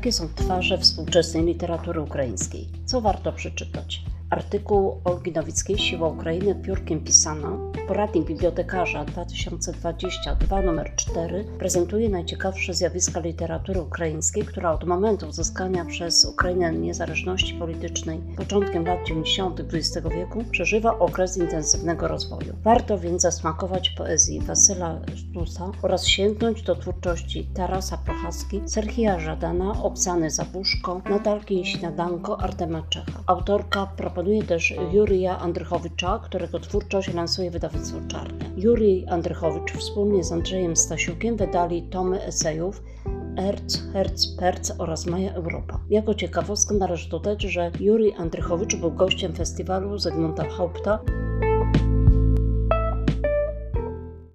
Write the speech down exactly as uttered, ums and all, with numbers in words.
Jakie są twarze współczesnej literatury ukraińskiej? Co warto przeczytać? Artykuł Olgi Nowickiej Siła Ukrainy piórkiem pisana. Poradnik bibliotekarza dwa tysiące dwudziesty drugi numer cztery prezentuje najciekawsze zjawiska literatury ukraińskiej, która od momentu uzyskania przez Ukrainę niezależności politycznej początkiem lat dziewięćdziesiątych dwudziestego wieku przeżywa okres intensywnego rozwoju. Warto więc zasmakować poezji Wasyla Sztusa oraz sięgnąć do twórczości Tarasa Prochaski, Serhija Żadana, Oksany Zabuszko, Natalki Śniadanko, Artema Czecha. Autorka proponuje też Jurija Andrychowicza, którego twórczość lansuje wydawnictwo Czarne. Jurij Andrychowicz wspólnie z Andrzejem Stasiukiem wydali tomy esejów Erc, Herc, Perc oraz Moja Europa. Jako ciekawostkę należy dodać, że Jurij Andrychowicz był gościem festiwalu Zygmunta Haupta